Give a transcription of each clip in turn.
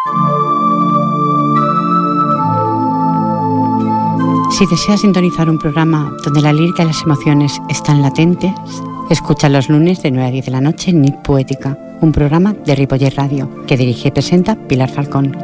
Si deseas sintonizar un programa donde la lírica y las emociones están latentes, escucha los lunes de 9 a 10 de la noche en Nit Poética, un programa de Ripoller Radio, que dirige y presenta Pilar Falcón.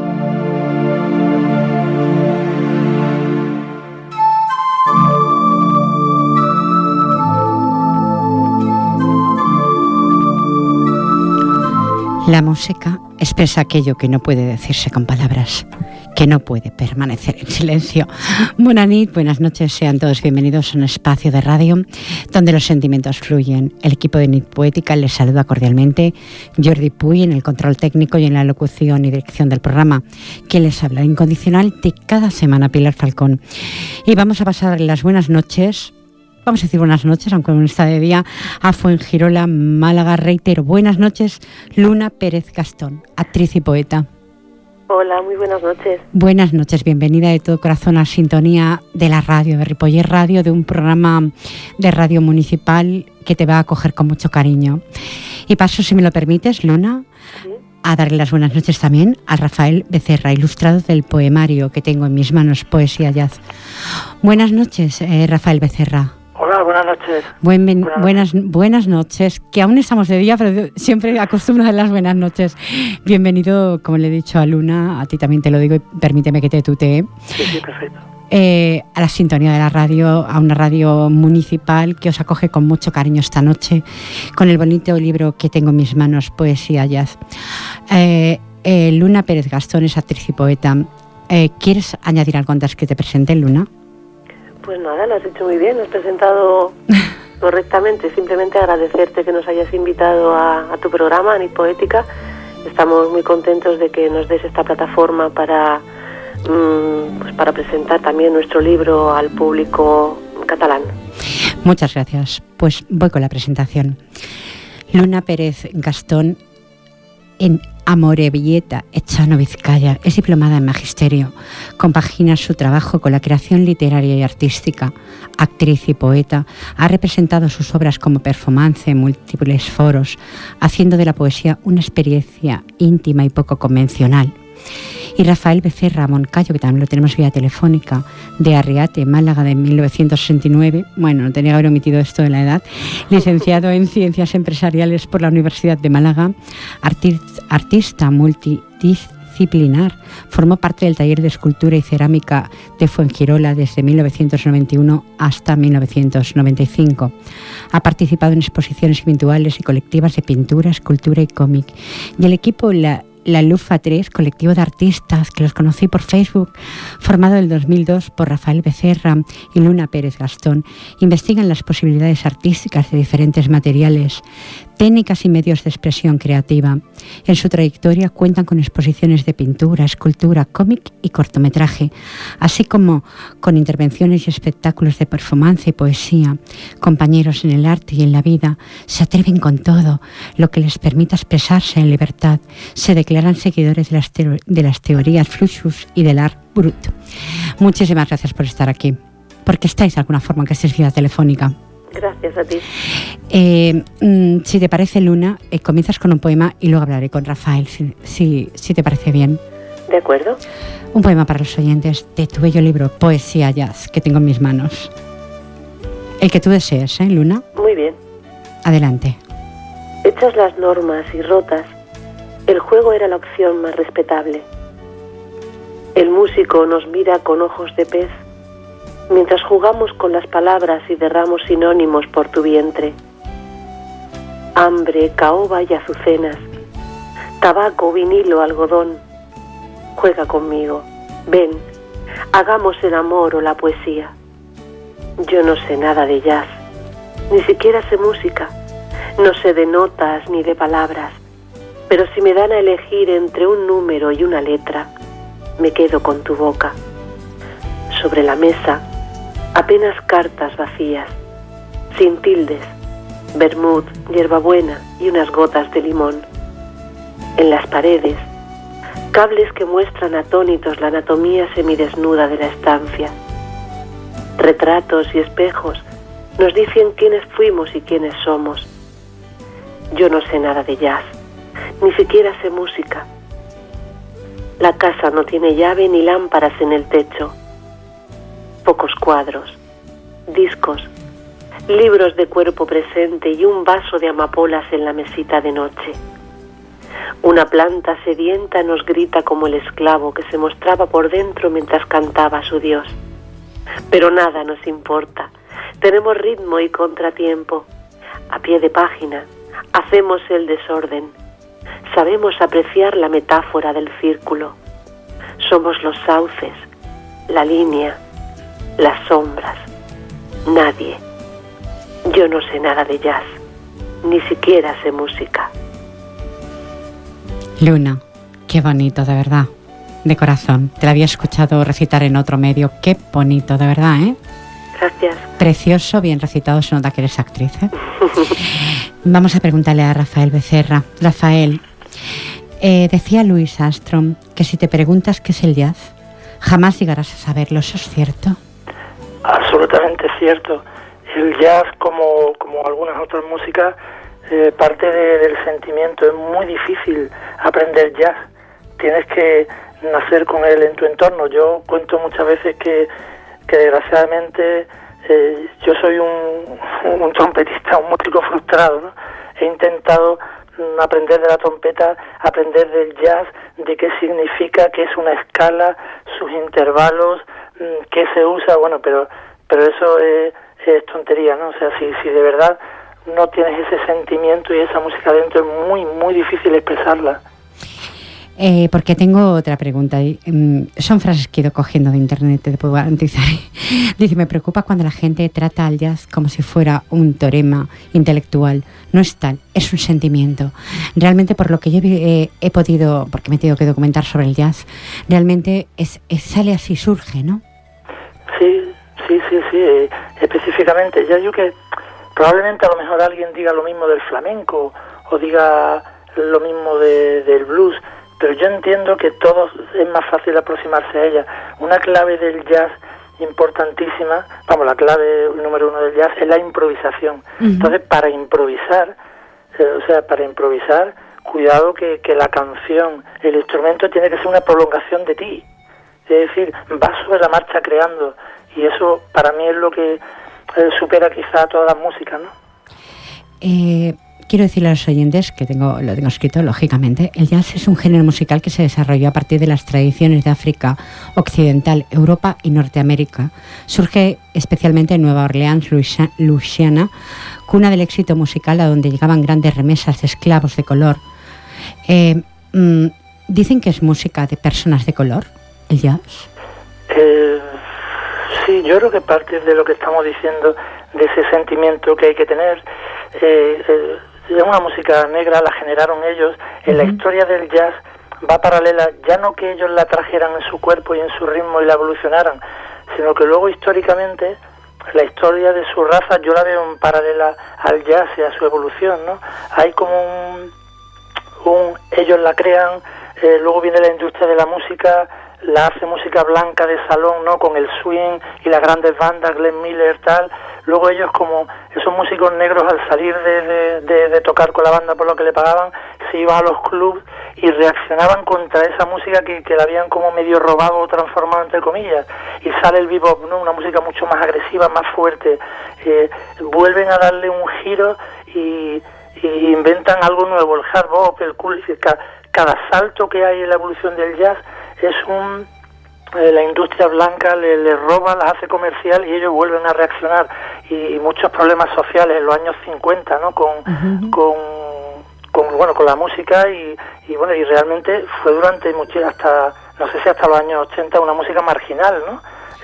La música expresa aquello que no puede decirse con palabras, que no puede permanecer en silencio. Buenas noches, sean todos bienvenidos a un espacio de radio donde los sentimientos fluyen. El equipo de Nit Poética les saluda cordialmente. Jordi Puy en el control técnico y en la locución y dirección del programa, que les habla incondicional de cada semana, Pilar Falcón. Y vamos a pasar las buenas noches. Vamos a decir buenas noches, aunque aún está de día, a Fuengirola, Málaga. Reitero, buenas noches, Luna Pérez Gastón, actriz y poeta. Hola, muy buenas noches. Buenas noches, bienvenida de todo corazón a Sintonía de la radio, de Ripoller Radio, de un programa de radio municipal que te va a acoger con mucho cariño. Y paso, si me lo permites, Luna, ¿sí?, a darle las buenas noches también a Rafael Becerra, ilustrador del poemario que tengo en mis manos, Poesía Jazz. Buenas noches, Rafael Becerra. Hola, buenas noches. Buenas noches, que aún estamos de día, pero siempre acostumbro a dar las buenas noches. Bienvenido, como le he dicho a Luna, a ti también te lo digo y permíteme que te tutee. Sí, perfecto. A la sintonía de la radio, a una radio municipal que os acoge con mucho cariño esta noche, con el bonito libro que tengo en mis manos, Poesía Jazz. Luna Pérez Gastón es actriz y poeta. ¿Quieres añadir algo antes que te presente, Luna? Pues nada, lo has hecho muy bien, lo has presentado correctamente. Simplemente agradecerte que nos hayas invitado a tu programa, a Nit Poética. Estamos muy contentos de que nos des esta plataforma para presentar también nuestro libro al público catalán. Muchas gracias. Pues voy con la presentación. Luna Pérez Gastón, en Amorebieta, Echano, Vizcaya, es diplomada en Magisterio. Compagina su trabajo con la creación literaria y artística. Actriz y poeta, ha representado sus obras como performance en múltiples foros, haciendo de la poesía una experiencia íntima y poco convencional. Y Rafael Becerra Moncayo, que también lo tenemos vía telefónica, de Arriate, Málaga, de 1969, bueno, no tenía que haber omitido esto de la edad, licenciado en Ciencias Empresariales por la Universidad de Málaga, artista multidisciplinar, formó parte del taller de escultura y cerámica de Fuengirola desde 1991 hasta 1995. Ha participado en exposiciones individuales y colectivas de pintura, escultura y cómic. Y el equipo La Lufa 3, colectivo de artistas que los conocí por Facebook, formado en el 2002 por Rafael Becerra y Luna Pérez Gastón, investigan las posibilidades artísticas de diferentes materiales, técnicas y medios de expresión creativa. En su trayectoria cuentan con exposiciones de pintura, escultura, cómic y cortometraje, así como con intervenciones y espectáculos de performance y poesía. Compañeros en el arte y en la vida, se atreven con todo, lo que les permita expresarse en libertad. Se declaran seguidores de las teorías Fluxus y del art brut. Muchísimas gracias por estar aquí, porque estáis de alguna forma, que estéis vía telefónica. Gracias a ti. Si te parece, Luna, comienzas con un poema y luego hablaré con Rafael, si te parece bien. De acuerdo. Un poema para los oyentes de tu bello libro, Poesía Jazz, que tengo en mis manos. El que tú desees, Luna. Muy bien. Adelante. Hechas las normas y rotas, el juego era la opción más respetable. El músico nos mira con ojos de pez, mientras jugamos con las palabras y derramos sinónimos por tu vientre. Hambre, caoba y azucenas, tabaco, vinilo, algodón. Juega conmigo, ven, hagamos el amor o la poesía. Yo no sé nada de jazz, ni siquiera sé música, no sé de notas ni de palabras, pero si me dan a elegir entre un número y una letra, me quedo con tu boca. Sobre la mesa, apenas cartas vacías, sin tildes, vermut, hierbabuena y unas gotas de limón. En las paredes, cables que muestran atónitos la anatomía semidesnuda de la estancia. Retratos y espejos nos dicen quiénes fuimos y quiénes somos. Yo no sé nada de jazz, ni siquiera sé música, La casa no tiene llave ni lámparas en el techo. Pocos cuadros, discos, libros de cuerpo presente y un vaso de amapolas en la mesita de noche. Una planta sedienta nos grita como el esclavo que se mostraba por dentro mientras cantaba a su Dios. Pero nada nos importa. Tenemos ritmo y contratiempo. A pie de página, hacemos el desorden. Sabemos apreciar la metáfora del círculo. Somos los sauces, la línea, las sombras. Nadie. Yo no sé nada de jazz, ni siquiera sé música. Luna, qué bonito, de verdad, de corazón. Te la había escuchado recitar en otro medio. Qué bonito, de verdad, ¿eh? Gracias. Precioso, bien recitado, se nota que eres actriz, ¿eh? Vamos a preguntarle a Rafael Becerra. Rafael, decía Louis Armstrong que si te preguntas qué es el jazz, jamás llegarás a saberlo. ¿Eso es cierto? Absolutamente cierto. El jazz, como algunas otras músicas, parte del sentimiento. Es muy difícil aprender jazz. Tienes que nacer con él en tu entorno. Yo cuento muchas veces que desgraciadamente yo soy un trompetista, un músico frustrado, ¿no? He intentado aprender de la trompeta, aprender del jazz, de qué significa, qué es una escala, sus intervalos, qué se usa, bueno, pero eso es tontería, ¿no? O sea, si de verdad no tienes ese sentimiento y esa música dentro, es muy, muy difícil expresarla. Porque tengo otra pregunta. Son frases que he ido cogiendo de internet, te puedo garantizar. Dice, me preocupa cuando la gente trata al jazz como si fuera un teorema intelectual. No es tal, es un sentimiento. Realmente, por lo que yo he podido, porque me he tenido que documentar sobre el jazz, realmente sale así, surge, ¿no? Sí, específicamente. Ya yo que probablemente a lo mejor alguien diga lo mismo del flamenco o diga lo mismo del blues, pero yo entiendo que todos es más fácil aproximarse a ella. Una clave del jazz importantísima, la clave número uno del jazz es la improvisación. Uh-huh. Entonces, para improvisar, cuidado que la canción, el instrumento tiene que ser una prolongación de ti. Es decir, vas sobre la marcha creando, y eso para mí es lo que supera quizá todas las músicas, ¿no? Quiero decirle a los oyentes que lo tengo escrito, lógicamente. El jazz es un género musical que se desarrolló a partir de las tradiciones de África Occidental, Europa y Norteamérica. Surge especialmente en Nueva Orleans, Luisiana, cuna del éxito musical a donde llegaban grandes remesas de esclavos de color. Dicen que es música de personas de color, el jazz. Sí, yo creo que parte de lo que estamos diciendo, de ese sentimiento que hay que tener. Es una música negra, la generaron ellos. En la historia del jazz va paralela, ya no que ellos la trajeran en su cuerpo y en su ritmo y la evolucionaran, sino que luego históricamente la historia de su raza yo la veo en paralela al jazz y a su evolución, ¿no? Hay como ellos la crean, luego viene la industria de la música, la hace música blanca de salón, ¿no? Con el swing y las grandes bandas, Glenn Miller, tal. Luego ellos, como esos músicos negros, al salir de tocar con la banda por lo que le pagaban, se iban a los clubs y reaccionaban contra esa música que la habían como medio robado o transformado, entre comillas. Y sale el bebop, ¿no? Una música mucho más agresiva, más fuerte. Vuelven a darle un giro y inventan algo nuevo, el hard bop, el cool. Cada salto que hay en la evolución del jazz es la industria blanca le roba, las hace comercial y ellos vuelven a reaccionar, y muchos problemas sociales en los años 50, ¿no? Con la música y realmente fue durante hasta los años 80 una música marginal, ¿no?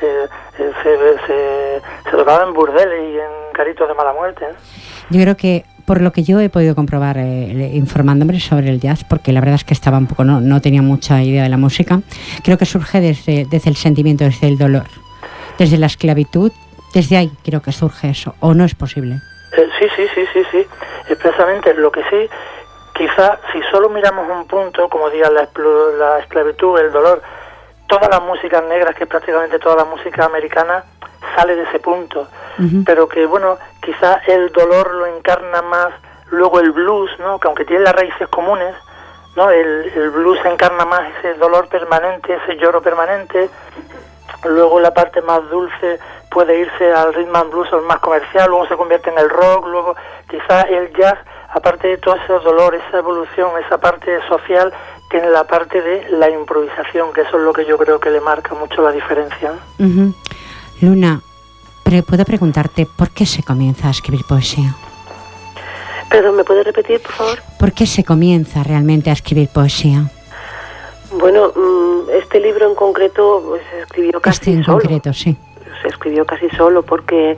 Se tocaba en burdeles y en garitos de mala muerte, ¿no? Yo creo que por lo que yo he podido comprobar informándome sobre el jazz, porque la verdad es que estaba un poco, no tenía mucha idea de la música, creo que surge desde el sentimiento, desde el dolor, desde la esclavitud, desde ahí creo que surge eso, ¿o no es posible? Sí, expresamente. Lo que sí, quizá si solo miramos un punto, como diga la esclavitud, el dolor, todas las músicas negras, que prácticamente toda la música americana sale de ese punto, pero que quizá el dolor lo encarna más luego el blues, ¿no? Que aunque tiene las raíces comunes, ¿no? El blues encarna más ese dolor permanente, ese lloro permanente. Luego la parte más dulce puede irse al rhythm and blues o el más comercial, luego se convierte en el rock, luego quizás el jazz, aparte de todo ese dolor, esa evolución, esa parte social, tiene la parte de la improvisación, que eso es lo que yo creo que le marca mucho la diferencia, ¿no? Uh-huh. Luna, ¿puedo preguntarte por qué se comienza a escribir poesía? Perdón, ¿me puedes repetir, por favor? ¿Por qué se comienza realmente a escribir poesía? Bueno, este libro en concreto pues, se escribió casi solo. Concreto, sí. Se escribió casi solo porque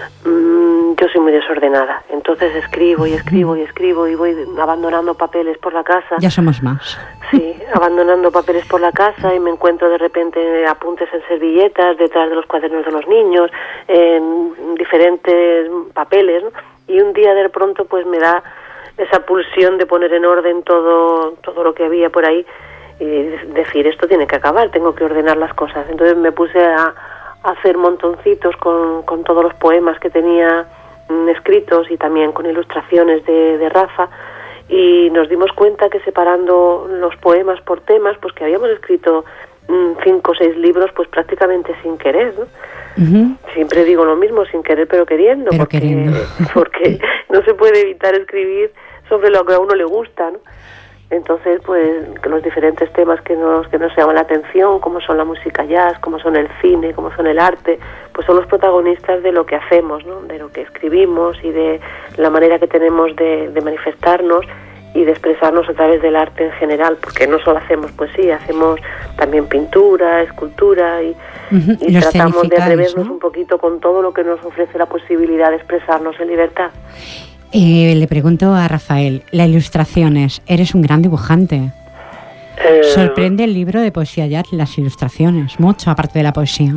yo soy muy desordenada. Entonces escribo y voy abandonando papeles por la casa. Ya somos más. Sí, abandonando papeles por la casa y me encuentro de repente apuntes en servilletas, detrás de los cuadernos de los niños, en diferentes papeles, ¿no? Y un día de pronto pues me da esa pulsión de poner en orden todo lo que había por ahí y decir, esto tiene que acabar, tengo que ordenar las cosas. Entonces me puse a hacer montoncitos con todos los poemas que tenía escritos y también con ilustraciones de Rafa, y nos dimos cuenta que separando los poemas por temas, pues que habíamos escrito 5 o 6 libros pues prácticamente sin querer, ¿no? Uh-huh. Siempre digo lo mismo, sin querer pero queriendo, porque no se puede evitar escribir sobre lo que a uno le gusta, ¿no? Entonces, pues, los diferentes temas que nos llaman la atención, como son la música jazz, como son el cine, como son el arte, pues son los protagonistas de lo que hacemos, ¿no? De lo que escribimos y de la manera que tenemos de manifestarnos y de expresarnos a través del arte en general, porque no solo hacemos poesía, hacemos también pintura, escultura y tratamos de atrevernos, ¿no?, un poquito con todo lo que nos ofrece la posibilidad de expresarnos en libertad. Le pregunto a Rafael, las ilustraciones, eres un gran dibujante. Sorprende el libro de poesía jazz, las ilustraciones, mucho aparte de la poesía.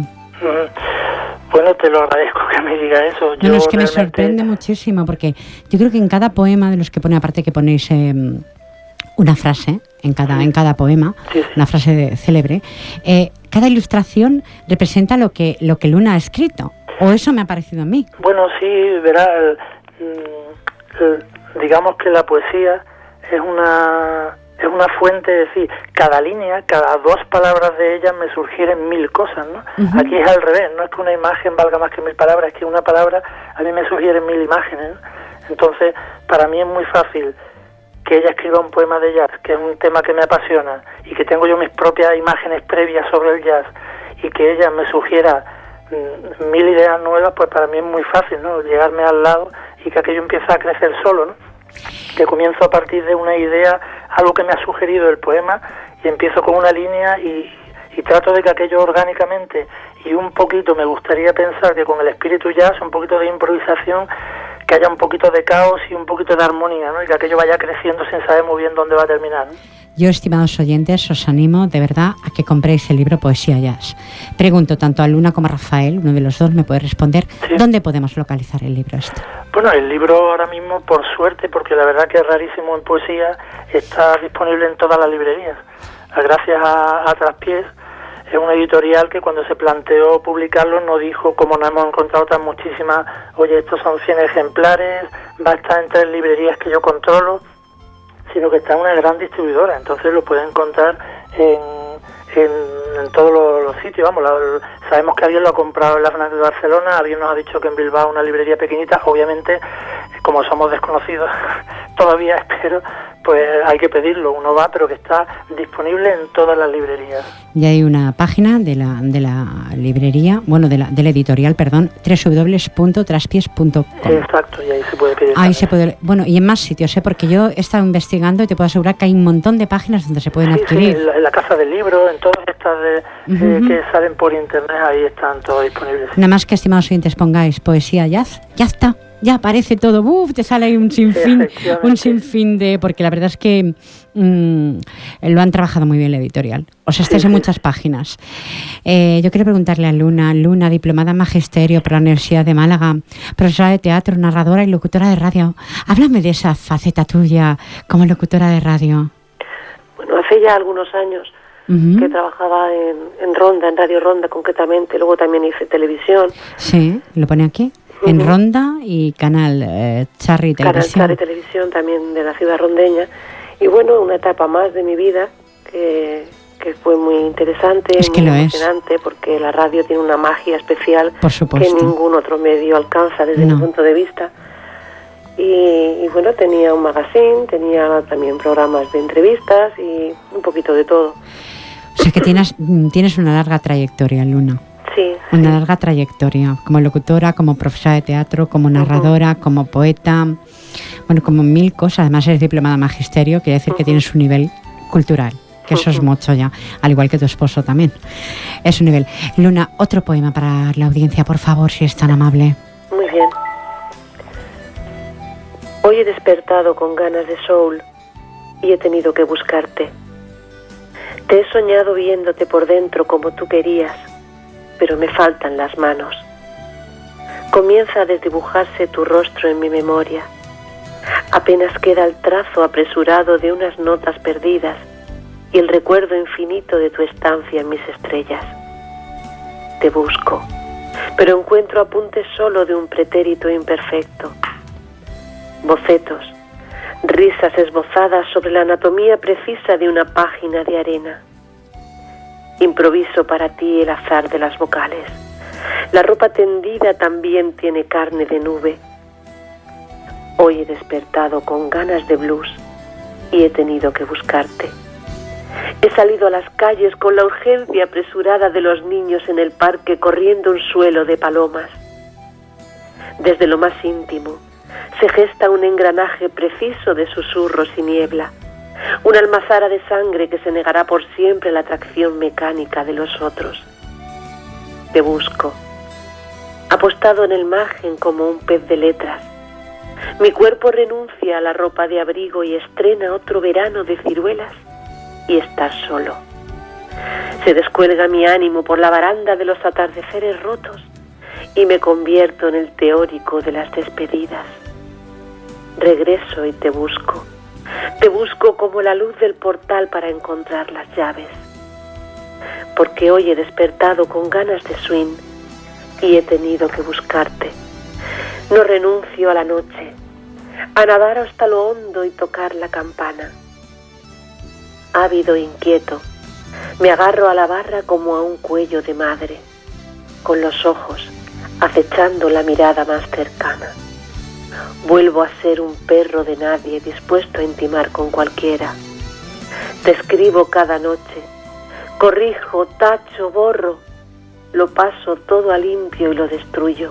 Bueno, te lo agradezco que me diga eso. No, es que me sorprende muchísimo, porque yo creo que en cada poema de los que pone, aparte que ponéis una frase en cada poema, sí. Una frase célebre, cada ilustración representa lo que Luna ha escrito, o eso me ha parecido a mí. Bueno, sí, verá, digamos que la poesía es una fuente, es decir, cada línea, cada 2 palabras de ella me sugieren 1000 cosas, ¿no? Uh-huh. Aquí es al revés, no es que una imagen valga más que 1000 palabras, es que una palabra a mí me sugiere 1000 imágenes, ¿no? Entonces, para mí es muy fácil que ella escriba un poema de jazz, que es un tema que me apasiona, y que tengo yo mis propias imágenes previas sobre el jazz, y que ella me sugiera 1000 ideas nuevas, pues para mí es muy fácil, ¿no? Llegarme al lado y que aquello empieza a crecer solo, ¿no? Que comienzo a partir de una idea, algo que me ha sugerido el poema, y empiezo con una línea y trato de que aquello orgánicamente, y un poquito me gustaría pensar que con el espíritu jazz, un poquito de improvisación, que haya un poquito de caos y un poquito de armonía, ¿no? Y que aquello vaya creciendo sin saber muy bien dónde va a terminar, ¿no? Yo, estimados oyentes, os animo de verdad a que compréis el libro Poesía Jazz. Pregunto tanto a Luna como a Rafael, uno de los dos me puede responder, sí. ¿Dónde podemos localizar el libro este? Bueno, el libro ahora mismo, por suerte, porque la verdad que es rarísimo en poesía, está disponible en todas las librerías. Gracias a Traspiés, es una editorial que cuando se planteó publicarlo no dijo, como no hemos encontrado tan muchísimas, oye, estos son 100 ejemplares, va a estar en 3 librerías que yo controlo, sino que está en una gran distribuidora, entonces lo pueden encontrar en todos los sitios. Vamos, sabemos que alguien lo ha comprado en la Fernández de Barcelona, alguien nos ha dicho que en Bilbao una librería pequeñita, obviamente, como somos desconocidos, todavía espero, pues hay que pedirlo, uno va, pero que está disponible en todas las librerías. Y hay una página de la librería, bueno, de la editorial, perdón, www.traspiés.com. Exacto, y ahí se puede pedir. Ahí se puede, bueno, y en más sitios, porque yo he estado investigando y te puedo asegurar que hay un montón de páginas donde se pueden adquirir. Sí, en la Casa del Libro, en todas estas que salen por internet, ahí están todos disponibles. Nada más que, estimados oyentes, pongáis Poesía Jazz, ya está. Ya aparece todo, te sale ahí un sinfín de... Porque la verdad es que lo han trabajado muy bien la editorial. O sea, estáis en muchas páginas. Yo quiero preguntarle a Luna, diplomada en Magisterio por la Universidad de Málaga, profesora de teatro, narradora y locutora de radio. Háblame de esa faceta tuya como locutora de radio. Bueno, hace ya algunos años que trabajaba en Ronda, en Radio Ronda concretamente. Luego también hice televisión. Sí, lo pone aquí. En Ronda y Canal Charri Televisión. Canal Charri Televisión, también de la ciudad rondeña. Y bueno, una etapa más de mi vida que fue muy interesante, es que muy lo emocionante, porque la radio tiene una magia especial por supuesto, que ningún otro medio alcanza desde mi punto de vista. Y bueno, tenía un magazine, tenía también programas de entrevistas y un poquito de todo. O sea que tienes una larga trayectoria, Luna. Sí. Una larga trayectoria, como locutora, como profesora de teatro, como narradora, como poeta, bueno, como 1000 cosas. Además eres diplomada en magisterio, quiere decir que tienes un nivel cultural, que eso es mucho ya, al igual que tu esposo también. Es un nivel. Luna, otro poema para la audiencia, por favor, si es tan amable. Muy bien. Hoy he despertado con ganas de soul y he tenido que buscarte. Te he soñado viéndote por dentro como tú querías, pero me faltan las manos. Comienza a desdibujarse tu rostro en mi memoria. Apenas queda el trazo apresurado de unas notas perdidas y el recuerdo infinito de tu estancia en mis estrellas. Te busco, pero encuentro apuntes solo de un pretérito imperfecto. Bocetos, risas esbozadas sobre la anatomía precisa de una página de arena. Improviso para ti el azar de las vocales. La ropa tendida también tiene carne de nube. Hoy he despertado con ganas de blues y he tenido que buscarte. He salido a las calles con la urgencia apresurada de los niños en el parque corriendo un suelo de palomas. Desde lo más íntimo se gesta un engranaje preciso de susurros y niebla, una almazara de sangre que se negará por siempre a la atracción mecánica de los otros. Te busco, apostado en el margen como un pez de letras. Mi cuerpo renuncia a la ropa de abrigo y estrena otro verano de ciruelas, y estás solo. Se descuelga mi ánimo por la baranda de los atardeceres rotos y me convierto en el teórico de las despedidas. Regreso y te busco como la luz del portal para encontrar las llaves. Porque hoy he despertado con ganas de swing y he tenido que buscarte. No renuncio a la noche, a nadar hasta lo hondo y tocar la campana. Ávido e inquieto, me agarro a la barra como a un cuello de madre, con los ojos acechando la mirada más cercana. Vuelvo a ser un perro de nadie dispuesto a intimar con cualquiera. Te escribo cada noche, corrijo, tacho, borro, lo paso todo a limpio y lo destruyo.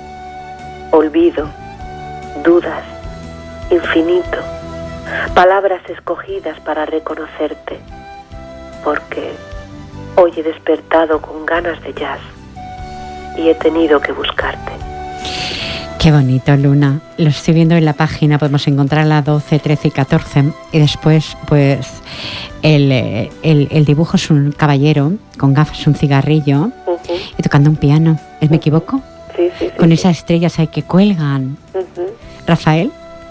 Olvido, dudas, infinito, palabras escogidas para reconocerte, porque hoy he despertado con ganas de jazz y he tenido que buscarte. Qué bonito, Luna. Lo estoy viendo en la página, podemos encontrar la 12, 13 y 14. Y después, pues, el dibujo es un caballero con gafas, un cigarrillo y tocando un piano. ¿Me equivoco? Sí. Con esas estrellas ahí que cuelgan. ¿Rafael?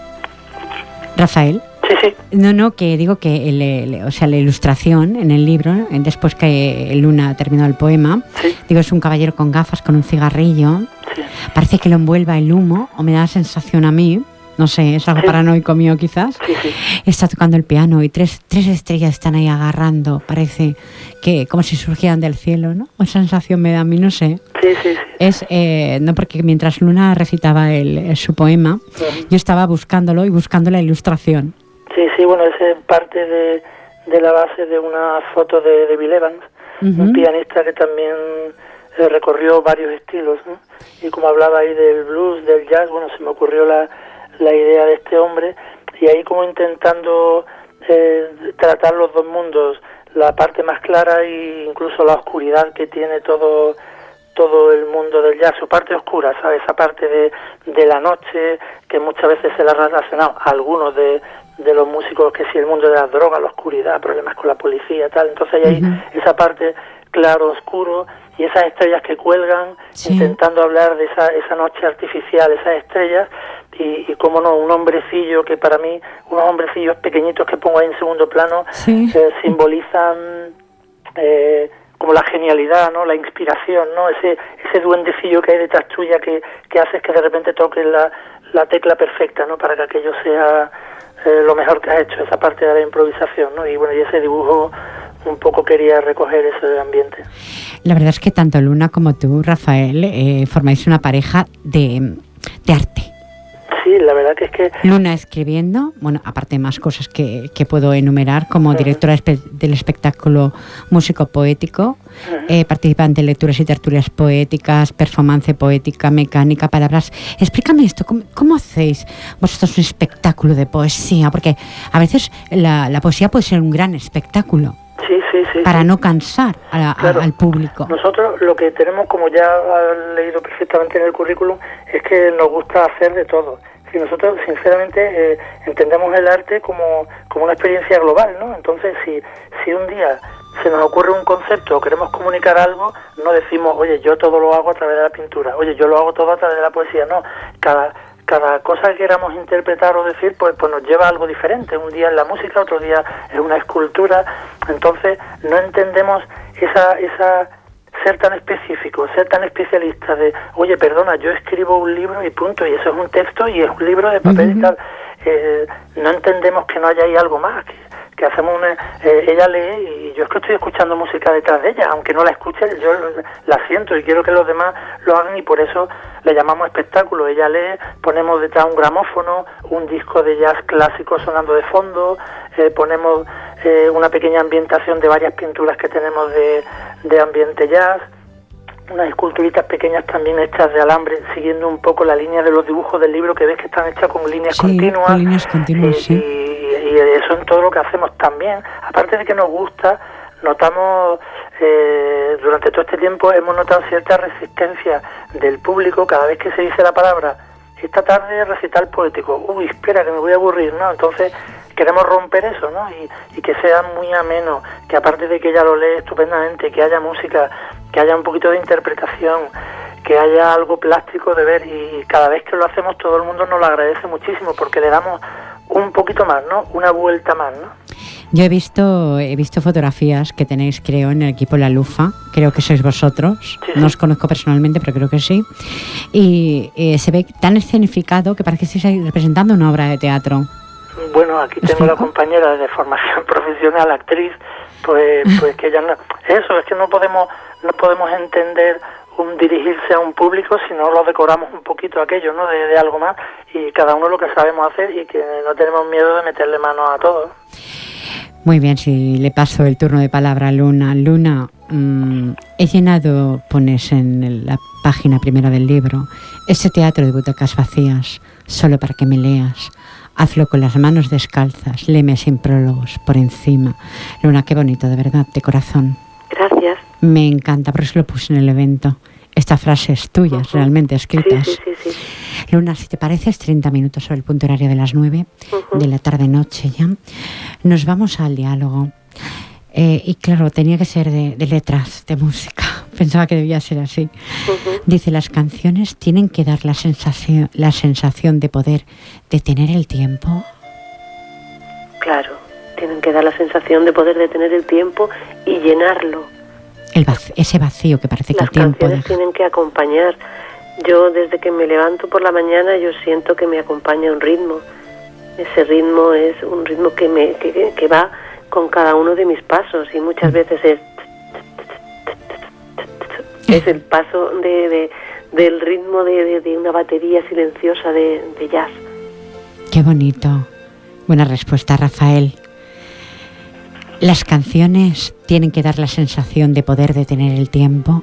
Sí. No, que digo que o sea, la ilustración en el libro, después que Luna terminó el poema, digo, es un caballero con gafas, con un cigarrillo. Sí. Parece que lo envuelva el humo, o me da la sensación a mí, no sé, es algo paranoico mío quizás. Sí. Está tocando el piano y tres estrellas están ahí agarrando, parece que como si surgieran del cielo, ¿no? Esa sensación me da a mí, no sé. Sí. Es, no, porque mientras Luna recitaba su poema, yo estaba buscándolo y buscando la ilustración. Sí, bueno, esa es parte de la base de una foto de Bill Evans, un pianista que también recorrió varios estilos, ¿no? Y como hablaba ahí del blues, del jazz, bueno, se me ocurrió la idea de este hombre, y ahí como intentando tratar los dos mundos, la parte más clara e incluso la oscuridad que tiene todo el mundo del jazz, su parte oscura, ¿sabes? Esa parte de la noche, que muchas veces se la ha relacionado a algunos de los músicos, que si el mundo de las drogas, la oscuridad, problemas con la policía, tal. Entonces hay esa parte claro, oscuro, y esas estrellas que cuelgan, intentando hablar de esa noche artificial, esas estrellas, y cómo no, un hombrecillo que para mí, unos hombrecillos pequeñitos que pongo ahí en segundo plano, simbolizan como la genialidad, ¿no? La inspiración, ¿no? Ese duendecillo que hay detrás tuya que haces que de repente toques la tecla perfecta, ¿no? Para que aquello sea lo mejor que has hecho, esa parte de la improvisación, ¿no? Y bueno, y ese dibujo un poco quería recoger ese ambiente. La verdad es que tanto Luna como tú, Rafael, formáis una pareja de arte. Sí, la verdad que es que... Luna escribiendo, bueno, aparte de más cosas que puedo enumerar, como directora del espectáculo músico poético, participante en lecturas y tertulias poéticas, performance poética, mecánica, palabras. Explícame esto, ¿cómo hacéis vosotros un espectáculo de poesía? Porque a veces la poesía puede ser un gran espectáculo. Sí. Para no cansar al público. Nosotros lo que tenemos, como ya has leído perfectamente en el currículum, es que nos gusta hacer de todo. Si nosotros, sinceramente, entendemos el arte como una experiencia global, ¿no? Entonces, si un día se nos ocurre un concepto o queremos comunicar algo, no decimos, oye, yo todo lo hago a través de la pintura, oye, yo lo hago todo a través de la poesía. No, cada cosa que queramos interpretar o decir, pues nos lleva a algo diferente. Un día es la música, otro día es una escultura. Entonces no entendemos esa ser tan específico, ser tan especialista de, oye, perdona, yo escribo un libro y punto, y eso es un texto y es un libro de papel y tal. No entendemos que no haya ahí algo más, que hacemos ella lee y yo es que estoy escuchando música detrás de ella, aunque no la escuche, yo la siento y quiero que los demás lo hagan, y por eso le llamamos espectáculo. Ella lee, ponemos detrás un gramófono, un disco de jazz clásico sonando de fondo, ponemos una pequeña ambientación de varias pinturas que tenemos de ambiente jazz, unas esculturitas pequeñas también hechas de alambre, siguiendo un poco la línea de los dibujos del libro, que ves que están hechas con líneas continuas. Con líneas continuas, y eso en todo lo que hacemos también. Aparte de que nos gusta, notamos, durante todo este tiempo hemos notado cierta resistencia del público cada vez que se dice la palabra, esta tarde recital poético, uy, espera que me voy a aburrir, ¿no? Entonces queremos romper eso, ¿no? Y que sea muy ameno, que aparte de que ella lo lee estupendamente, que haya música, que haya un poquito de interpretación, que haya algo plástico de ver, y cada vez que lo hacemos todo el mundo nos lo agradece muchísimo, porque le damos un poquito más, ¿no? Una vuelta más, ¿no? Yo he visto fotografías que tenéis, creo, en el equipo La Lufa, creo que sois vosotros, sí. No os conozco personalmente, pero creo que sí, y se ve tan escenificado que parece que estáis representando una obra de teatro. Bueno, aquí tengo la compañera de formación profesional, actriz, pues que ella no, eso es que no podemos entender dirigirse a un público si no lo decoramos un poquito aquello, ¿no? De algo más, y cada uno lo que sabemos hacer, y que no tenemos miedo de meterle mano a todo. Muy bien, si le paso el turno de palabra a Luna. Luna, he llenado, pones en la página primera del libro, ese teatro de butacas vacías, solo para que me leas. Hazlo con las manos descalzas, léeme sin prólogos, por encima. Luna, qué bonito, de verdad, de corazón. Gracias. Me encanta, por eso lo puse en el evento. Esta frase es tuya, realmente escritas. Sí. Luna, si te pareces, 30 minutos sobre el punto horario de las 9 de la tarde-noche ya. Nos vamos al diálogo. Y claro, tenía que ser de letras, de música. Pensaba que debía ser así. Dice, las canciones tienen que dar la sensación de poder detener el tiempo. Claro, tienen que dar la sensación de poder detener el tiempo y llenarlo. Ese vacío que parece que las el tiempo canciones tienen que acompañar. Yo desde que me levanto por la mañana yo siento que me acompaña un ritmo. Ese ritmo es un ritmo que va con cada uno de mis pasos, y muchas veces es el paso del ritmo de una batería silenciosa de jazz. Qué bonito. Buena respuesta, Rafael. ¿Las canciones tienen que dar la sensación de poder detener el tiempo?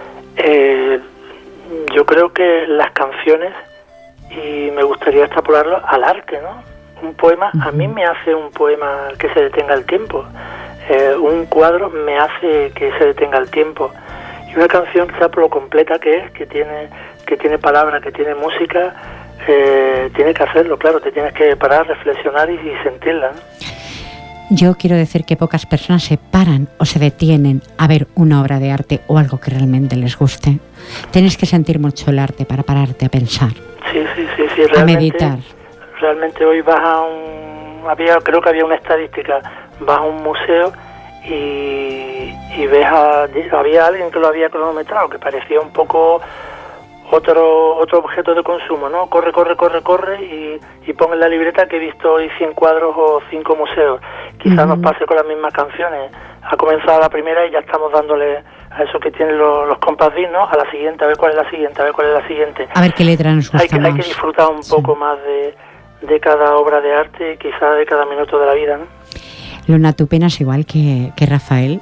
Yo creo que las canciones, y me gustaría extrapolarlo al arte, ¿no? Un poema, a mí me hace un poema que se detenga el tiempo. Un cuadro me hace que se detenga el tiempo. Y una canción, quizá por lo completa que es, que tiene palabra, que tiene música, tiene que hacerlo, claro, te tienes que parar, reflexionar y sentirla, ¿no? Yo quiero decir que pocas personas se paran o se detienen a ver una obra de arte o algo que realmente les guste. Tienes que sentir mucho el arte para pararte a pensar. Sí, realmente, a meditar. Realmente hoy vas a creo que había una estadística, vas a un museo y ves había alguien que lo había cronometrado, que parecía un poco otro objeto de consumo, ¿no? Corre y pon en la libreta que he visto hoy 100 cuadros o 5 museos. Quizás nos pase con las mismas canciones. Ha comenzado la primera y ya estamos dándole a eso que tienen los compás disc, ¿no? A la siguiente, a ver cuál es la siguiente, a ver cuál es la siguiente. A ver qué letra nos gusta más. Hay que disfrutar un poco más de cada obra de arte, quizás de cada minuto de la vida, ¿no? Luna, ¿tú penas igual que Rafael?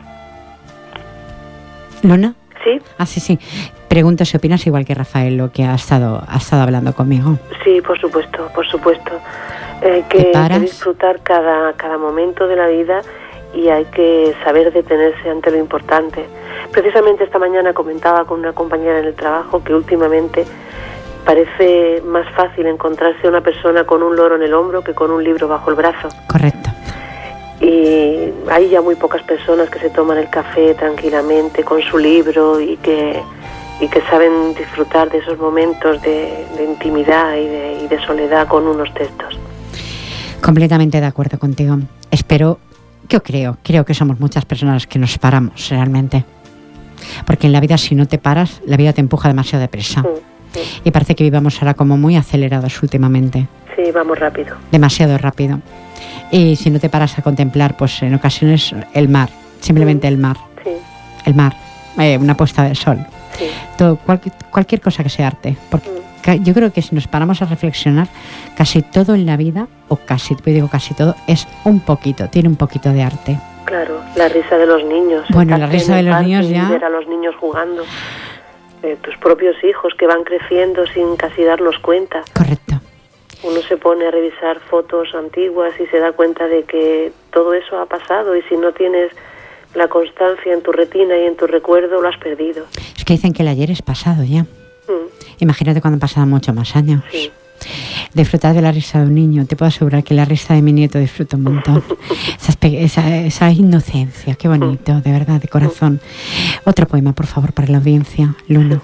¿Luna? Sí. Ah, sí. Pregunto si opinas igual que Rafael, lo que ha estado hablando conmigo. Sí, por supuesto. Hay que disfrutar cada momento de la vida y hay que saber detenerse ante lo importante. Precisamente esta mañana comentaba con una compañera en el trabajo que últimamente parece más fácil encontrarse a una persona con un loro en el hombro que con un libro bajo el brazo. Correcto. Y hay ya muy pocas personas que se toman el café tranquilamente con su libro y que saben disfrutar de esos momentos de intimidad y de soledad con unos textos. Completamente de acuerdo contigo. Creo que somos muchas personas que nos paramos realmente. Porque en la vida, si no te paras, la vida te empuja demasiado deprisa. Sí. Y parece que vivamos ahora como muy acelerados últimamente. Sí, vamos rápido. Demasiado rápido. Y si no te paras a contemplar, pues en ocasiones el mar, simplemente el mar. Sí. El mar, una puesta de sol. Sí. Todo, cualquier cosa que sea arte. Porque yo creo que si nos paramos a reflexionar, casi todo en la vida, casi todo, es tiene un poquito de arte. Claro, la risa de los niños. Bueno, la risa de los niños ya. Ver a los niños jugando. Tus propios hijos que van creciendo sin casi darnos cuenta. Correcto. Uno se pone a revisar fotos antiguas y se da cuenta de que todo eso ha pasado y si no tienes la constancia en tu retina y en tu recuerdo, lo has perdido. Es que dicen que el ayer es pasado ya. Imagínate cuando han pasado muchos más años. Sí. Disfrutar de la risa de un niño. Te puedo asegurar que la risa de mi nieto disfruto un montón. esa inocencia, qué bonito, de verdad, de corazón. Otro poema, por favor, para la audiencia, Luna.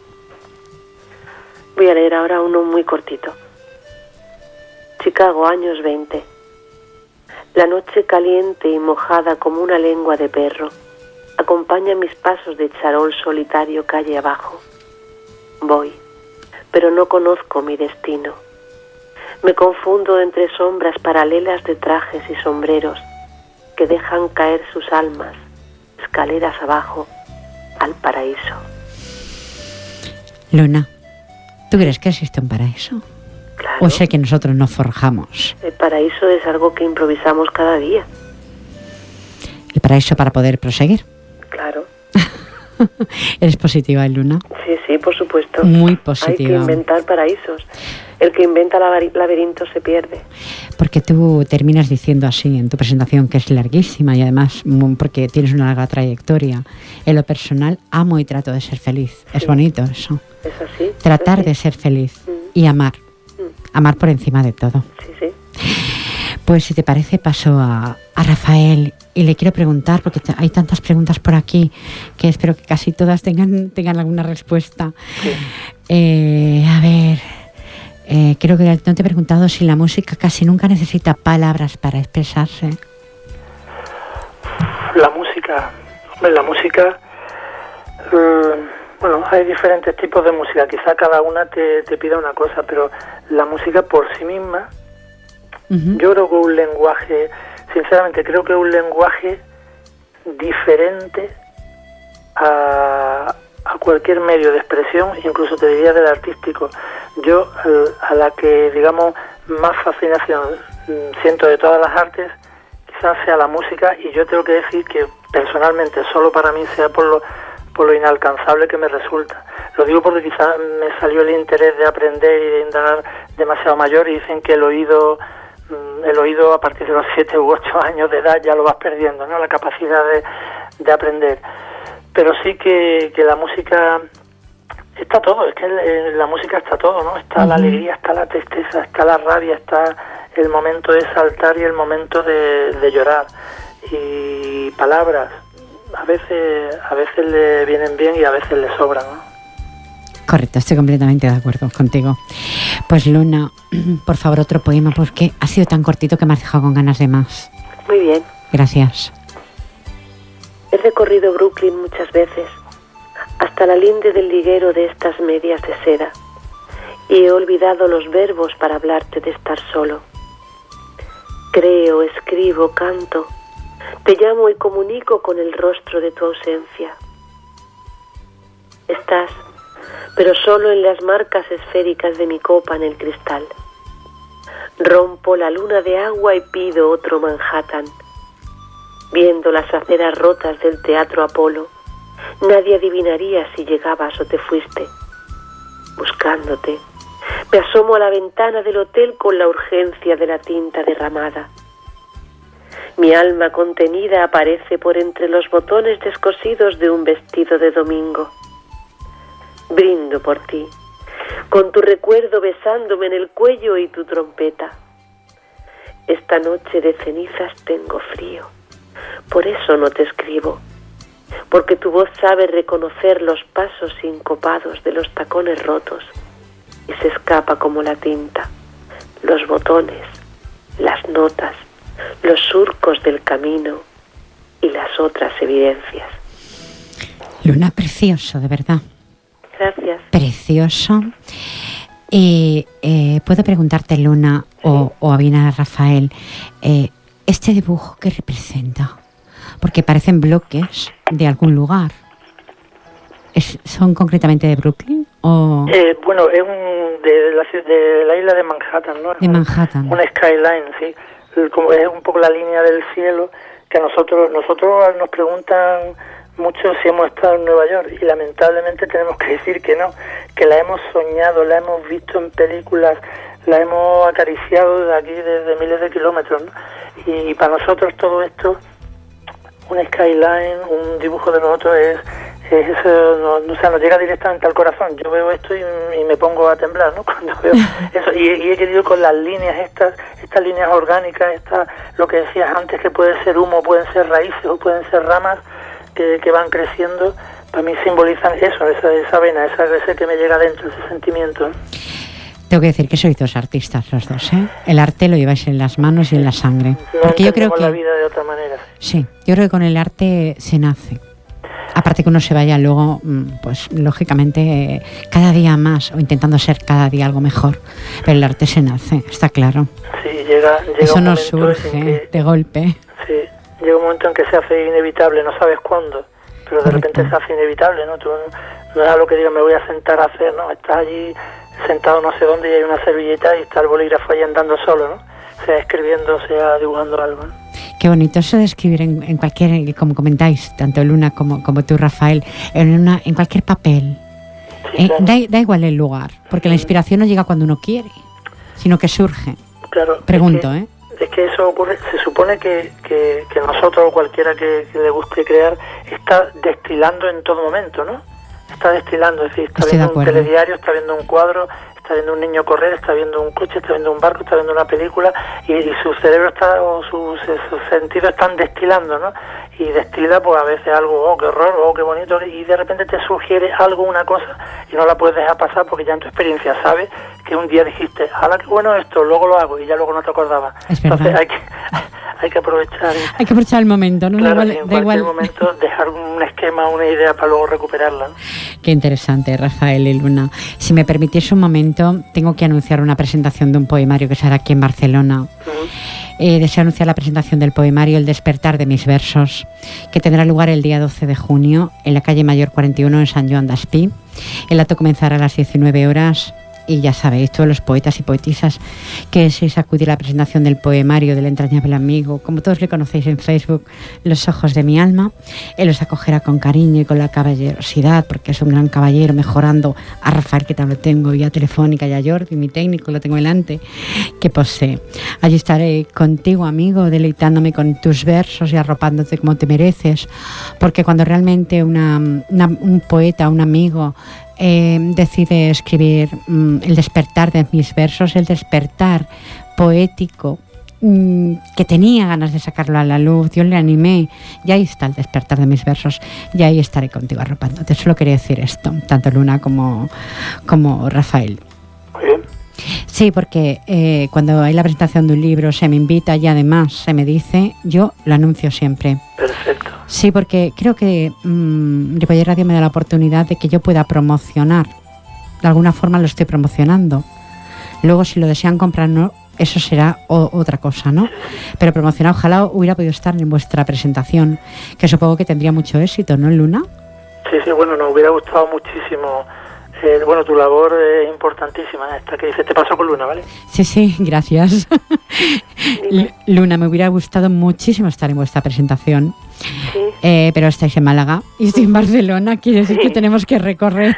Voy a leer ahora uno muy cortito. Chicago, años 20. La noche caliente y mojada como una lengua de perro acompaña mis pasos de charol solitario calle abajo. Voy, pero no conozco mi destino. Me confundo entre sombras paralelas de trajes y sombreros que dejan caer sus almas escaleras abajo al paraíso. Luna, ¿tú crees que existe un paraíso? Claro. ¿O es el que nosotros nos forjamos? El paraíso es algo que improvisamos cada día. ¿El paraíso para poder proseguir? Claro. ¿Eres positiva, Luna? Sí, por supuesto. Muy positiva. Hay que inventar paraísos. El que inventa laberintos se pierde. Porque tú terminas diciendo así en tu presentación, que es larguísima y además porque tienes una larga trayectoria. En lo personal, amo y trato de ser feliz. Sí. Es bonito eso. Es así. Tratar de ser feliz y amar. Amar por encima de todo. Sí. Pues si te parece, paso a Rafael y le quiero preguntar, porque hay tantas preguntas por aquí que espero que casi todas tengan alguna respuesta. Sí. A ver, creo que no te he preguntado si la música casi nunca necesita palabras para expresarse. La música, bueno, hay diferentes tipos de música, quizá cada una te pida una cosa, pero la música por sí misma, yo creo que un lenguaje, sinceramente creo que un lenguaje diferente a cualquier medio de expresión, incluso te diría del artístico. Yo a la que, digamos, más fascinación siento de todas las artes, quizás sea la música, y yo tengo que decir que personalmente, solo para mí, sea por lo inalcanzable que me resulta. Lo digo porque quizás me salió el interés de aprender y de indagar demasiado mayor, y dicen que el oído a partir de los 7 u 8 años de edad ya lo vas perdiendo, ¿no? La capacidad de aprender. Pero sí que la música está todo, es que en la música está todo, ¿no? Está la alegría, está la tristeza, está la rabia, está el momento de saltar y el momento de llorar. Y palabras, a veces le vienen bien y a veces le sobran, ¿no? Correcto, estoy completamente de acuerdo contigo. Pues Luna, por favor, otro poema, porque ha sido tan cortito que me has dejado con ganas de más. Muy bien. Gracias. He recorrido Brooklyn muchas veces, hasta hasta la linde del liguero de estas medias de seda, y he olvidado los verbos para hablarte de estar solo. Creo, escribo, canto, te llamo y comunico con el rostro de tu ausencia. Estás, pero solo en las marcas esféricas de mi copa en el cristal. Rompo la luna de agua y pido otro Manhattan. Viendo las aceras rotas del Teatro Apolo, nadie adivinaría si llegabas o te fuiste. Buscándote, me asomo a la ventana del hotel con la urgencia de la tinta derramada. Mi alma contenida aparece por entre los botones descosidos de un vestido de domingo. Brindo por ti, con tu recuerdo besándome en el cuello y tu trompeta. Esta noche de cenizas tengo frío, por eso no te escribo, porque tu voz sabe reconocer los pasos sincopados de los tacones rotos y se escapa como la tinta, los botones, las notas, los surcos del camino y las otras evidencias. Luna, precioso, de verdad. Gracias. Precioso. Y puedo preguntarte, Luna, o bien a Rafael, este dibujo, ¿qué representa? Porque parecen bloques de algún lugar. ¿Son concretamente de Brooklyn? O... Bueno, es de la isla de Manhattan, ¿no? De Manhattan. Una skyline, sí. Como es un poco la línea del cielo que a nosotros nos preguntan mucho si hemos estado en Nueva York y lamentablemente tenemos que decir que no, que la hemos soñado, la hemos visto en películas, la hemos acariciado de aquí desde miles de kilómetros, ¿no? Y para nosotros todo esto, un skyline, un dibujo de nosotros nos llega directamente al corazón. Yo veo esto y me pongo a temblar, ¿no? Cuando veo eso, y he querido con las líneas estas líneas orgánicas, lo que decías antes, que puede ser humo, pueden ser raíces o pueden ser ramas que van creciendo, para mí simbolizan eso, esa vena, ese que me llega dentro, ese sentimiento, ¿no? Tengo que decir que sois dos artistas los dos, ¿eh? El arte lo lleváis en las manos y en la sangre. No, porque yo creo que la vida de otra manera. Sí, yo creo que con el arte se nace. Aparte que uno se vaya luego, pues lógicamente cada día más o intentando ser cada día algo mejor. Pero el arte se nace, está claro. Sí, llega eso no surge de golpe. Sí, llega un momento en que se hace inevitable, no sabes cuándo, pero de repente se hace inevitable, ¿no? Tú no es algo que digas me voy a sentar a hacer, ¿no? Estás allí sentado no sé dónde y hay una servilleta y está el bolígrafo ahí andando solo, ¿no? Sea escribiendo, sea dibujando algo, ¿no? Qué bonito eso de escribir en cualquier, como comentáis, tanto Luna como tú, Rafael, en cualquier papel. Sí, claro. Da igual el lugar, porque la inspiración no llega cuando uno quiere, sino que surge. Claro. Pregunto, Es que eso ocurre, se supone que nosotros o cualquiera que le guste crear está destilando en todo momento, ¿no? Está destilando, es decir, está viendo un telediario, está viendo un cuadro, está viendo un niño correr, está viendo un coche, está viendo un barco, está viendo una película y su cerebro sus sentidos están destilando, ¿no? Y destila pues a veces algo, qué horror, qué bonito, y de repente te sugiere algo, una cosa, y no la puedes dejar pasar porque ya en tu experiencia sabes que un día dijiste, ¡hala, qué bueno esto! Luego lo hago y ya luego no te acordabas. Entonces hay que aprovechar. Hay que aprovechar el momento, ¿no? Claro, en cualquier momento dejar un esquema, una idea para luego recuperarla, ¿no? Qué interesante, Rafael y Luna. Si me permitís un momento, tengo que anunciar una presentación de un poemario que se hará aquí en Barcelona. Deseo anunciar la presentación del poemario El despertar de mis versos, que tendrá lugar el día 12 de junio en la calle Mayor 41 en Sant Joan d'Espí. El acto comenzará a las 19 horas. Y ya sabéis, todos los poetas y poetisas que se acudir a la presentación del poemario del entrañable amigo, como todos le conocéis en Facebook, Los ojos de mi alma, él los acogerá con cariño y con la caballerosidad, porque es un gran caballero, mejorando a Rafael, que tal lo tengo, y a Telefónica, y a Jordi, mi técnico, lo tengo delante, que posee. Allí estaré contigo, amigo, deleitándome con tus versos y arropándote como te mereces, porque cuando realmente un poeta, un amigo, decide escribir el despertar de mis versos, el despertar poético que tenía ganas de sacarlo a la luz, yo le animé y ahí está el despertar de mis versos y ahí estaré contigo arropándote. Solo quería decir esto, tanto Luna como Rafael. Muy bien. Sí, porque cuando hay la presentación de un libro se me invita y además se me dice, yo lo anuncio siempre. Perfecto. Sí, porque creo que Ripollet Radio me da la oportunidad de que yo pueda promocionar. De alguna forma lo estoy promocionando. Luego, si lo desean comprar, no, eso será otra cosa, ¿no? Pero promocionar, ojalá hubiera podido estar en vuestra presentación, que supongo que tendría mucho éxito, ¿no, Luna? Sí, bueno, nos hubiera gustado muchísimo. Bueno, tu labor es importantísima, esta que dices. Te paso con Luna, ¿vale? Sí, gracias. Luna, me hubiera gustado muchísimo estar en vuestra presentación. Sí. Pero estáis en Málaga y estoy en Barcelona, quiere decir que tenemos que recorrer.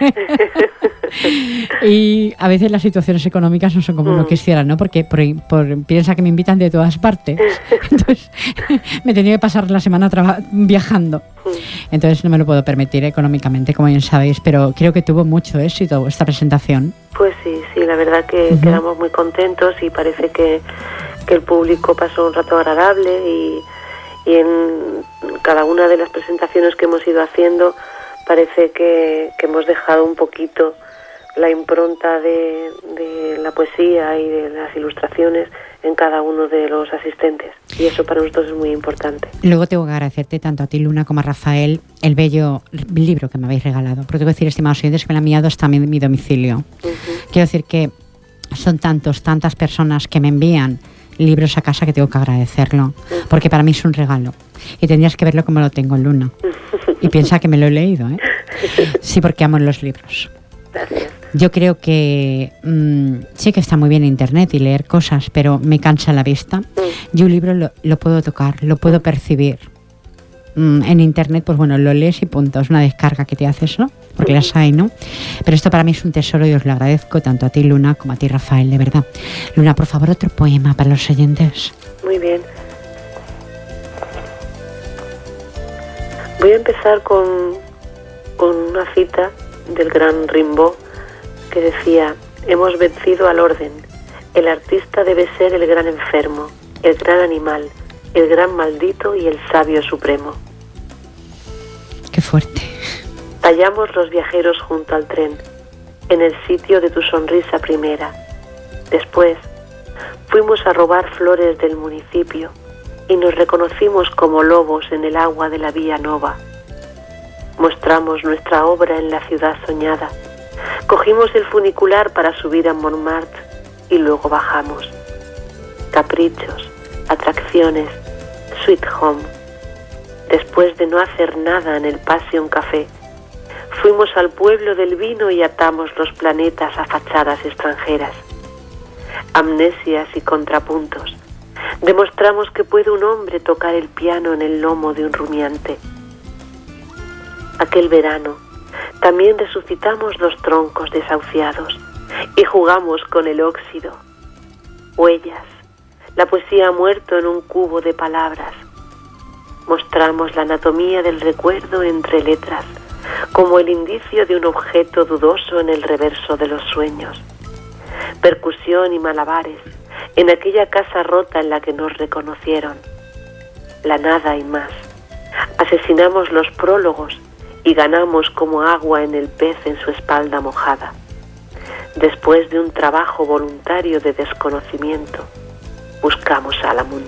Y a veces las situaciones económicas no son como uno quisiera, ¿no? Porque piensa que me invitan de todas partes. Entonces me tenía que pasar la semana viajando. Entonces no me lo puedo permitir económicamente, como bien sabéis, pero creo que tuvo mucho éxito esta presentación. Pues sí, la verdad que quedamos muy contentos y parece que el público pasó un rato agradable y en cada una de las presentaciones que hemos ido haciendo parece que hemos dejado un poquito la impronta de la poesía y de las ilustraciones en cada uno de los asistentes, y eso para nosotros es muy importante. Luego tengo que agradecerte tanto a ti, Luna, como a Rafael el bello libro que me habéis regalado, porque tengo que decir, estimados oyentes, que me lo han enviado hasta mi domicilio. Quiero decir que son tantas personas que me envían libros a casa que tengo que agradecerlo, porque para mí es un regalo y tendrías que verlo como lo tengo, Luna, y piensa que me lo he leído, ¿eh? Sí, porque amo los libros. Gracias. Yo creo que sí que está muy bien internet y leer cosas, pero me cansa la vista. Yo un libro lo puedo tocar, lo puedo percibir. En internet, pues bueno, lo lees y punto, es una descarga que te haces, ¿no? Porque las hay, ¿no? Pero esto para mí es un tesoro y os lo agradezco tanto a ti, Luna, como a ti, Rafael, de verdad. Luna, por favor, otro poema para los oyentes. Muy bien. Voy a empezar con una cita del gran Rimbaud que decía: hemos vencido al orden. El artista debe ser el gran enfermo, el gran animal, el gran maldito y el sabio supremo. Qué fuerte. Tallamos los viajeros junto al tren, en el sitio de tu sonrisa primera. Después, fuimos a robar flores del municipio y nos reconocimos como lobos en el agua de la Vía Nova. Mostramos nuestra obra en la ciudad soñada. Cogimos el funicular para subir a Montmartre y luego bajamos. Caprichos, atracciones, sweet home. Después de no hacer nada en el Passion Café, fuimos al pueblo del vino y atamos los planetas a fachadas extranjeras. Amnesias y contrapuntos. Demostramos que puede un hombre tocar el piano en el lomo de un rumiante. Aquel verano también resucitamos los troncos desahuciados y jugamos con el óxido. Huellas. La poesía ha muerto en un cubo de palabras. Mostramos la anatomía del recuerdo entre letras, como el indicio de un objeto dudoso en el reverso de los sueños. Percusión y malabares en aquella casa rota en la que nos reconocieron. La nada y más. Asesinamos los prólogos y ganamos como agua en el pez en su espalda mojada. Después de un trabajo voluntario de desconocimiento, buscamos a Alamun.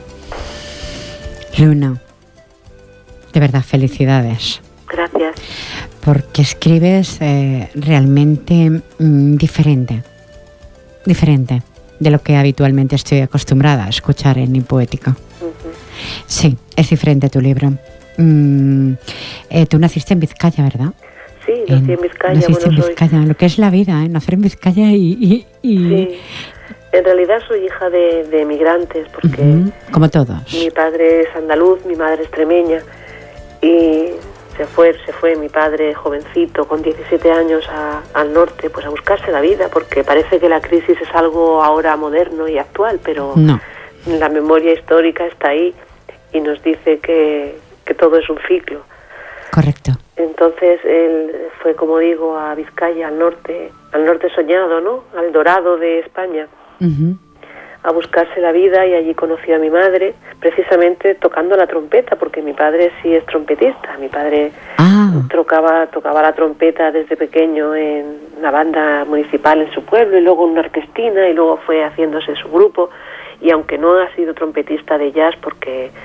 Luna, de verdad, felicidades. Gracias. Porque escribes realmente diferente de lo que habitualmente estoy acostumbrada a escuchar en mi poética. Sí, es diferente tu libro. Tú naciste en Vizcaya, ¿verdad? Sí, nací en Vizcaya. Naciste en Vizcaya, lo que es la vida, nacer en Vizcaya y... Sí, en realidad soy hija de emigrantes, porque... como todos. Mi padre es andaluz, mi madre es extremeña, y se fue mi padre jovencito, con 17 años, al norte, pues a buscarse la vida, porque parece que la crisis es algo ahora moderno y actual, pero no. La memoria histórica está ahí y nos dice que todo es un ciclo. Correcto. Entonces él fue, como digo, a Vizcaya, al norte soñado, ¿no? Al dorado de España, a buscarse la vida, y allí conoció a mi madre, precisamente tocando la trompeta, porque mi padre sí es trompetista. Mi padre tocaba la trompeta desde pequeño en la banda municipal en su pueblo, y luego en una orquestina, y luego fue haciéndose su grupo, y aunque no ha sido trompetista de jazz, porque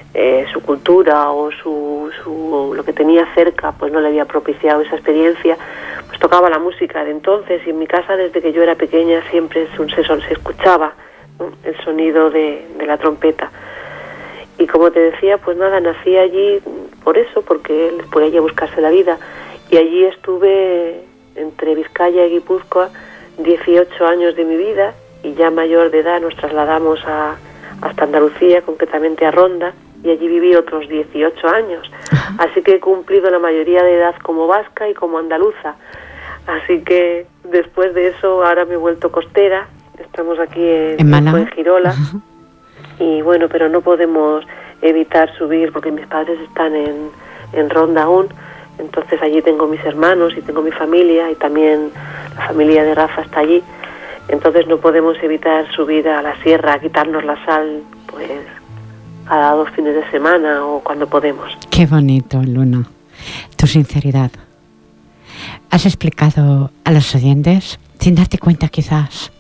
su cultura o lo que tenía cerca pues no le había propiciado esa experiencia, pues tocaba la música de entonces, y en mi casa desde que yo era pequeña siempre se escuchaba, ¿no?, el sonido de la trompeta. Y como te decía, pues nada, nací allí por eso, porque él fue allí a buscarse la vida, y allí estuve entre Vizcaya y Guipúzcoa 18 años de mi vida, y ya mayor de edad nos trasladamos hasta Andalucía, concretamente a Ronda, y allí viví otros 18 años. Así que he cumplido la mayoría de edad como vasca y como andaluza. Así que después de eso ahora me he vuelto costera. Estamos aquí en Girola. Y bueno, pero no podemos evitar subir porque mis padres están en Ronda aún. Entonces allí tengo mis hermanos y tengo mi familia, y también la familia de Rafa está allí. Entonces no podemos evitar subir a la sierra a quitarnos la sal, pues cada 2 fines de semana o cuando podemos. Qué bonito, Luna, tu sinceridad. Has explicado a los oyentes, sin darte cuenta quizás,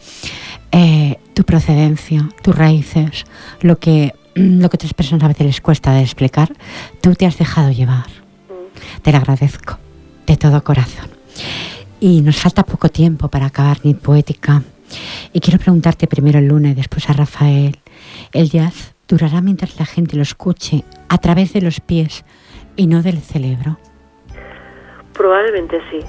tu procedencia, tus raíces, lo que otras personas a veces les cuesta de explicar. Tú te has dejado llevar. Te lo agradezco de todo corazón. Y nos falta poco tiempo para acabar Nit Poética. Y quiero preguntarte primero a Luna y después a Rafael. ¿El jazz durará mientras la gente lo escuche a través de los pies y no del cerebro? Probablemente sí.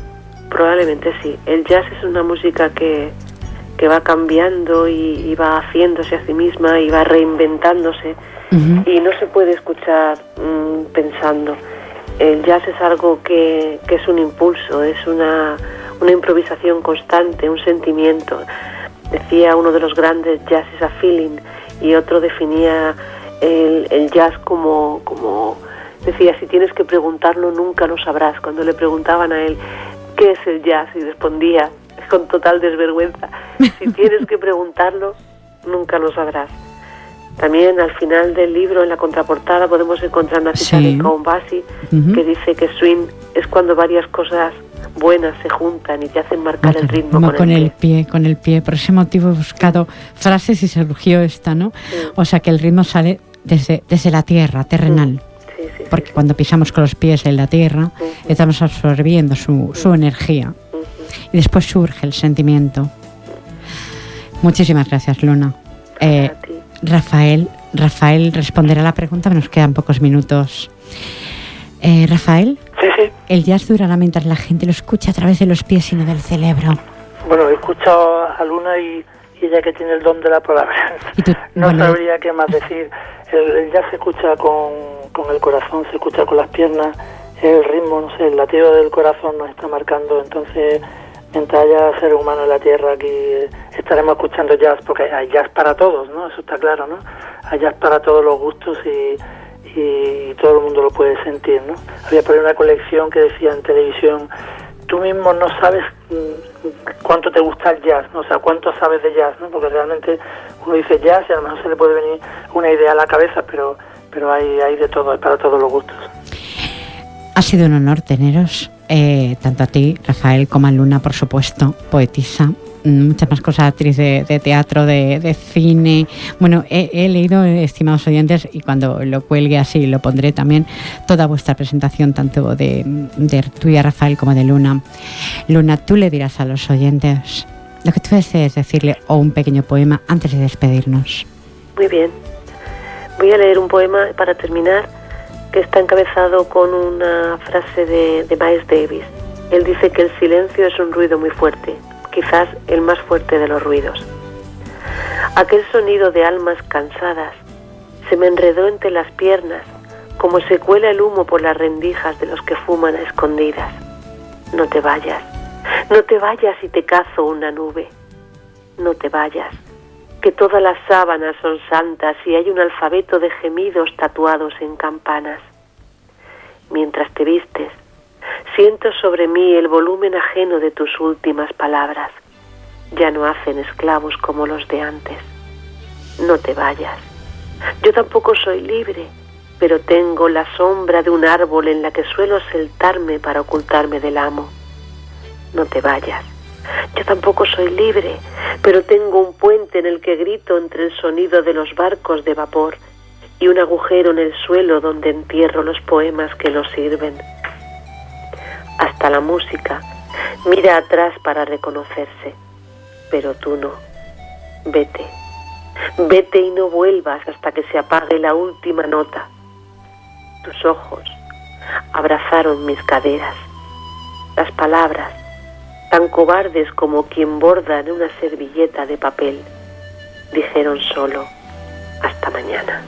El jazz es una música que va cambiando y va haciéndose a sí misma y va reinventándose. Y no se puede escuchar pensando. El jazz es algo que es un impulso, es una improvisación constante, un sentimiento. Decía uno de los grandes, jazz is a feeling, y otro definía el jazz como decía, si tienes que preguntarlo nunca lo sabrás. Cuando le preguntaban a él ¿qué es el jazz? Y respondía con total desvergüenza, si tienes que preguntarlo nunca lo sabrás. También al final del libro, en la contraportada, podemos encontrar una cita de Count Basie que dice que swing es cuando varias cosas buenas se juntan y te hacen marcar el ritmo con el pie. Con el pie. Por ese motivo he buscado frases y surgió esta, ¿no? Sí. O sea, que el ritmo sale desde la tierra, terrenal. Sí, porque cuando pisamos con los pies en la tierra, estamos absorbiendo su energía. Y después surge el sentimiento. Muchísimas gracias, Luna. Rafael responderá a la pregunta, nos quedan pocos minutos. Rafael, sí. ¿El jazz durará mientras la gente lo escucha a través de los pies y no del cerebro? Bueno, he escuchado a Luna y ella que tiene el don de la palabra. No sabría qué más decir. El jazz se escucha con el corazón, se escucha con las piernas, el ritmo, no sé, el latido del corazón nos está marcando. Entonces, mientras haya seres humanos en la tierra, aquí estaremos escuchando jazz, porque hay jazz para todos, ¿no? Eso está claro, ¿no? Hay jazz para todos los gustos y todo el mundo lo puede sentir, ¿no? Había por ahí una colección que decía en televisión, tú mismo no sabes cuánto te gusta el jazz, ¿no? O sea, cuánto sabes de jazz, ¿no? Porque realmente uno dice jazz y a lo mejor se le puede venir una idea a la cabeza, pero hay de todo, hay para todos los gustos. Ha sido un honor teneros, tanto a ti, Rafael, como a Luna, por supuesto, poetisa, muchas más cosas, actriz de teatro, de cine. Bueno, he leído, estimados oyentes, y cuando lo cuelgue así lo pondré también, toda vuestra presentación, tanto de tuya, Rafael, como de Luna. Luna, tú le dirás a los oyentes lo que tú desees decirle, o un pequeño poema antes de despedirnos. Muy bien. Voy a leer un poema para terminar, que está encabezado con una frase de Miles Davis. Él dice que el silencio es un ruido muy fuerte, quizás el más fuerte de los ruidos. Aquel sonido de almas cansadas se me enredó entre las piernas, como se cuela el humo por las rendijas de los que fuman a escondidas. No te vayas y te cazo una nube. No te vayas, que todas las sábanas son santas y hay un alfabeto de gemidos tatuados en campanas. Mientras te vistes, siento sobre mí el volumen ajeno de tus últimas palabras. Ya no hacen esclavos como los de antes. No te vayas. Yo tampoco soy libre, pero tengo la sombra de un árbol en la que suelo sentarme para ocultarme del amo. No te vayas. Yo tampoco soy libre, pero tengo un puente en el que grito entre el sonido de los barcos de vapor y un agujero en el suelo donde entierro los poemas que no sirven. Hasta la música mira atrás para reconocerse, pero tú no. Vete, vete y no vuelvas hasta que se apague la última nota. Tus ojos abrazaron mis caderas. Las palabras, tan cobardes como quien borda en una servilleta de papel, dijeron solo hasta mañana.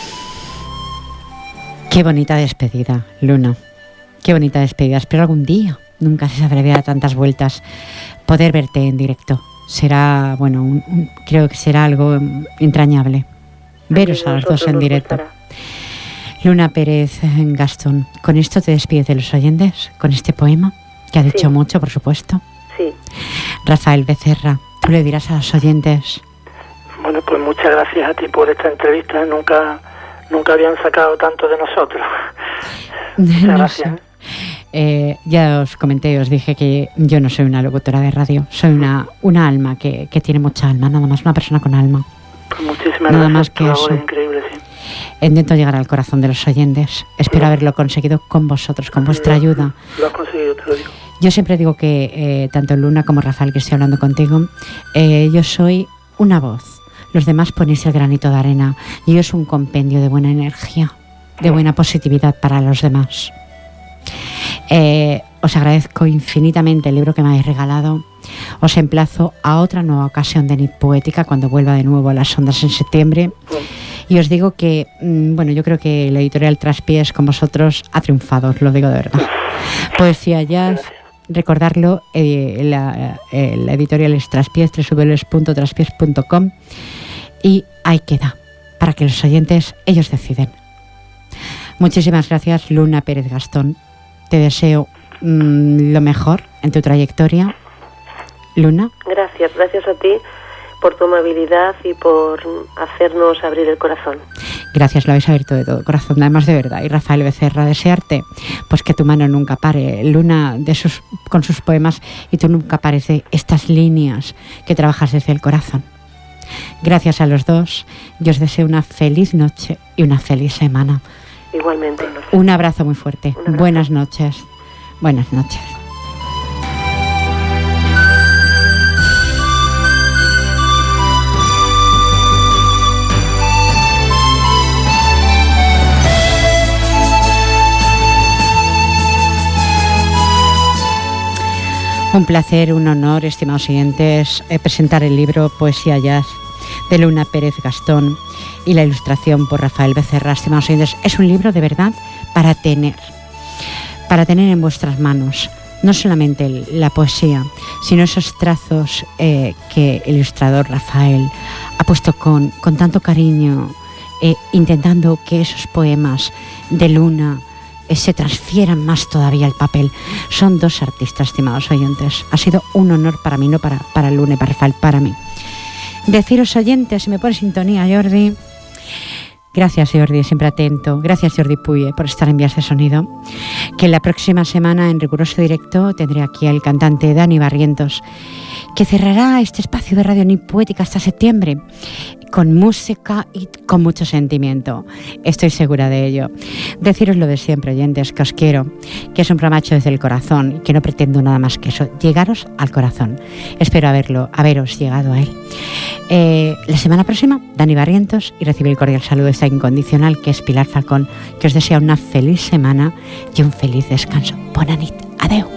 Qué bonita despedida, Luna. Qué bonita despedida. Espero algún día, nunca se sabrá a tantas vueltas, poder verte en directo. Será, bueno, creo que será algo entrañable. Veros a los dos en directo. Luna Pérez Gastón, ¿con esto te despides de los oyentes? ¿Con este poema? Que ha dicho mucho, por supuesto. Sí. Rafael Becerra, ¿tú le dirás a los oyentes? Bueno, pues muchas gracias a ti por esta entrevista. Nunca habían sacado tanto de nosotros. Muchas gracias. Ya os comenté, os dije que yo no soy una locutora de radio, soy una alma que tiene mucha alma, nada más, una persona con alma. Pues muchísimas nada gracias. Más que eso. Es increíble, sí. Intento llegar al corazón de los oyentes. Espero haberlo conseguido con vosotros, con vuestra ayuda. Lo has conseguido, te lo digo. Yo siempre digo que tanto Luna como Rafael, que estoy hablando contigo, yo soy una voz. Los demás ponéis el granito de arena. Y yo soy un compendio de buena energía, de buena positividad para los demás. Os agradezco infinitamente el libro que me habéis regalado. Os emplazo a otra nueva ocasión de Nit Poética cuando vuelva de nuevo a las ondas en septiembre. Y os digo que, bueno, yo creo que la editorial Traspiés con vosotros ha triunfado, os lo digo de verdad. Poesía Jazz, recordarlo, la editorial es Traspiés, www.traspiés.com, y ahí queda, para que los oyentes, ellos deciden. Muchísimas gracias, Luna Pérez Gastón. Te deseo lo mejor en tu trayectoria. Luna. Gracias a ti por tu amabilidad y por hacernos abrir el corazón. Gracias, lo habéis abierto de todo corazón, además de verdad. Y Rafael Becerra, desearte pues que tu mano nunca pare, Luna, con sus poemas, y tú nunca pares de estas líneas que trabajas desde el corazón. Gracias a los dos, yo os deseo una feliz noche y una feliz semana. Igualmente. Un abrazo muy fuerte. Buenas noches. Buenas noches. Un placer, un honor, estimados oyentes, presentar el libro Poesía Jazz de Luna Pérez Gastón y la ilustración por Rafael Becerra. Estimados oyentes, es un libro de verdad para tener en vuestras manos, no solamente la poesía, sino esos trazos que el ilustrador Rafael ha puesto con tanto cariño, intentando que esos poemas de Luna se transfieran más todavía al papel. Son dos artistas, estimados oyentes. Ha sido un honor para mí, no para Luna y para Rafael, para mí. Deciros, oyentes, si me pone sintonía, Jordi. Gracias, Jordi, siempre atento. Gracias, Jordi Puye, por estar en Vías de Sonido. Que la próxima semana, en riguroso directo, tendré aquí al cantante Dani Barrientos, que cerrará este espacio de Radio Nit Poética hasta septiembre, con música y con mucho sentimiento. Estoy segura de ello. Deciros lo de siempre, oyentes, que os quiero, que es un programa hecho desde el corazón y que no pretendo nada más que eso, llegaros al corazón. Espero haberos llegado a él. La semana próxima, Dani Barrientos, y recibir el cordial saludo de esta incondicional, que es Pilar Falcón, que os desea una feliz semana y un feliz descanso. Bona nit. Adeu.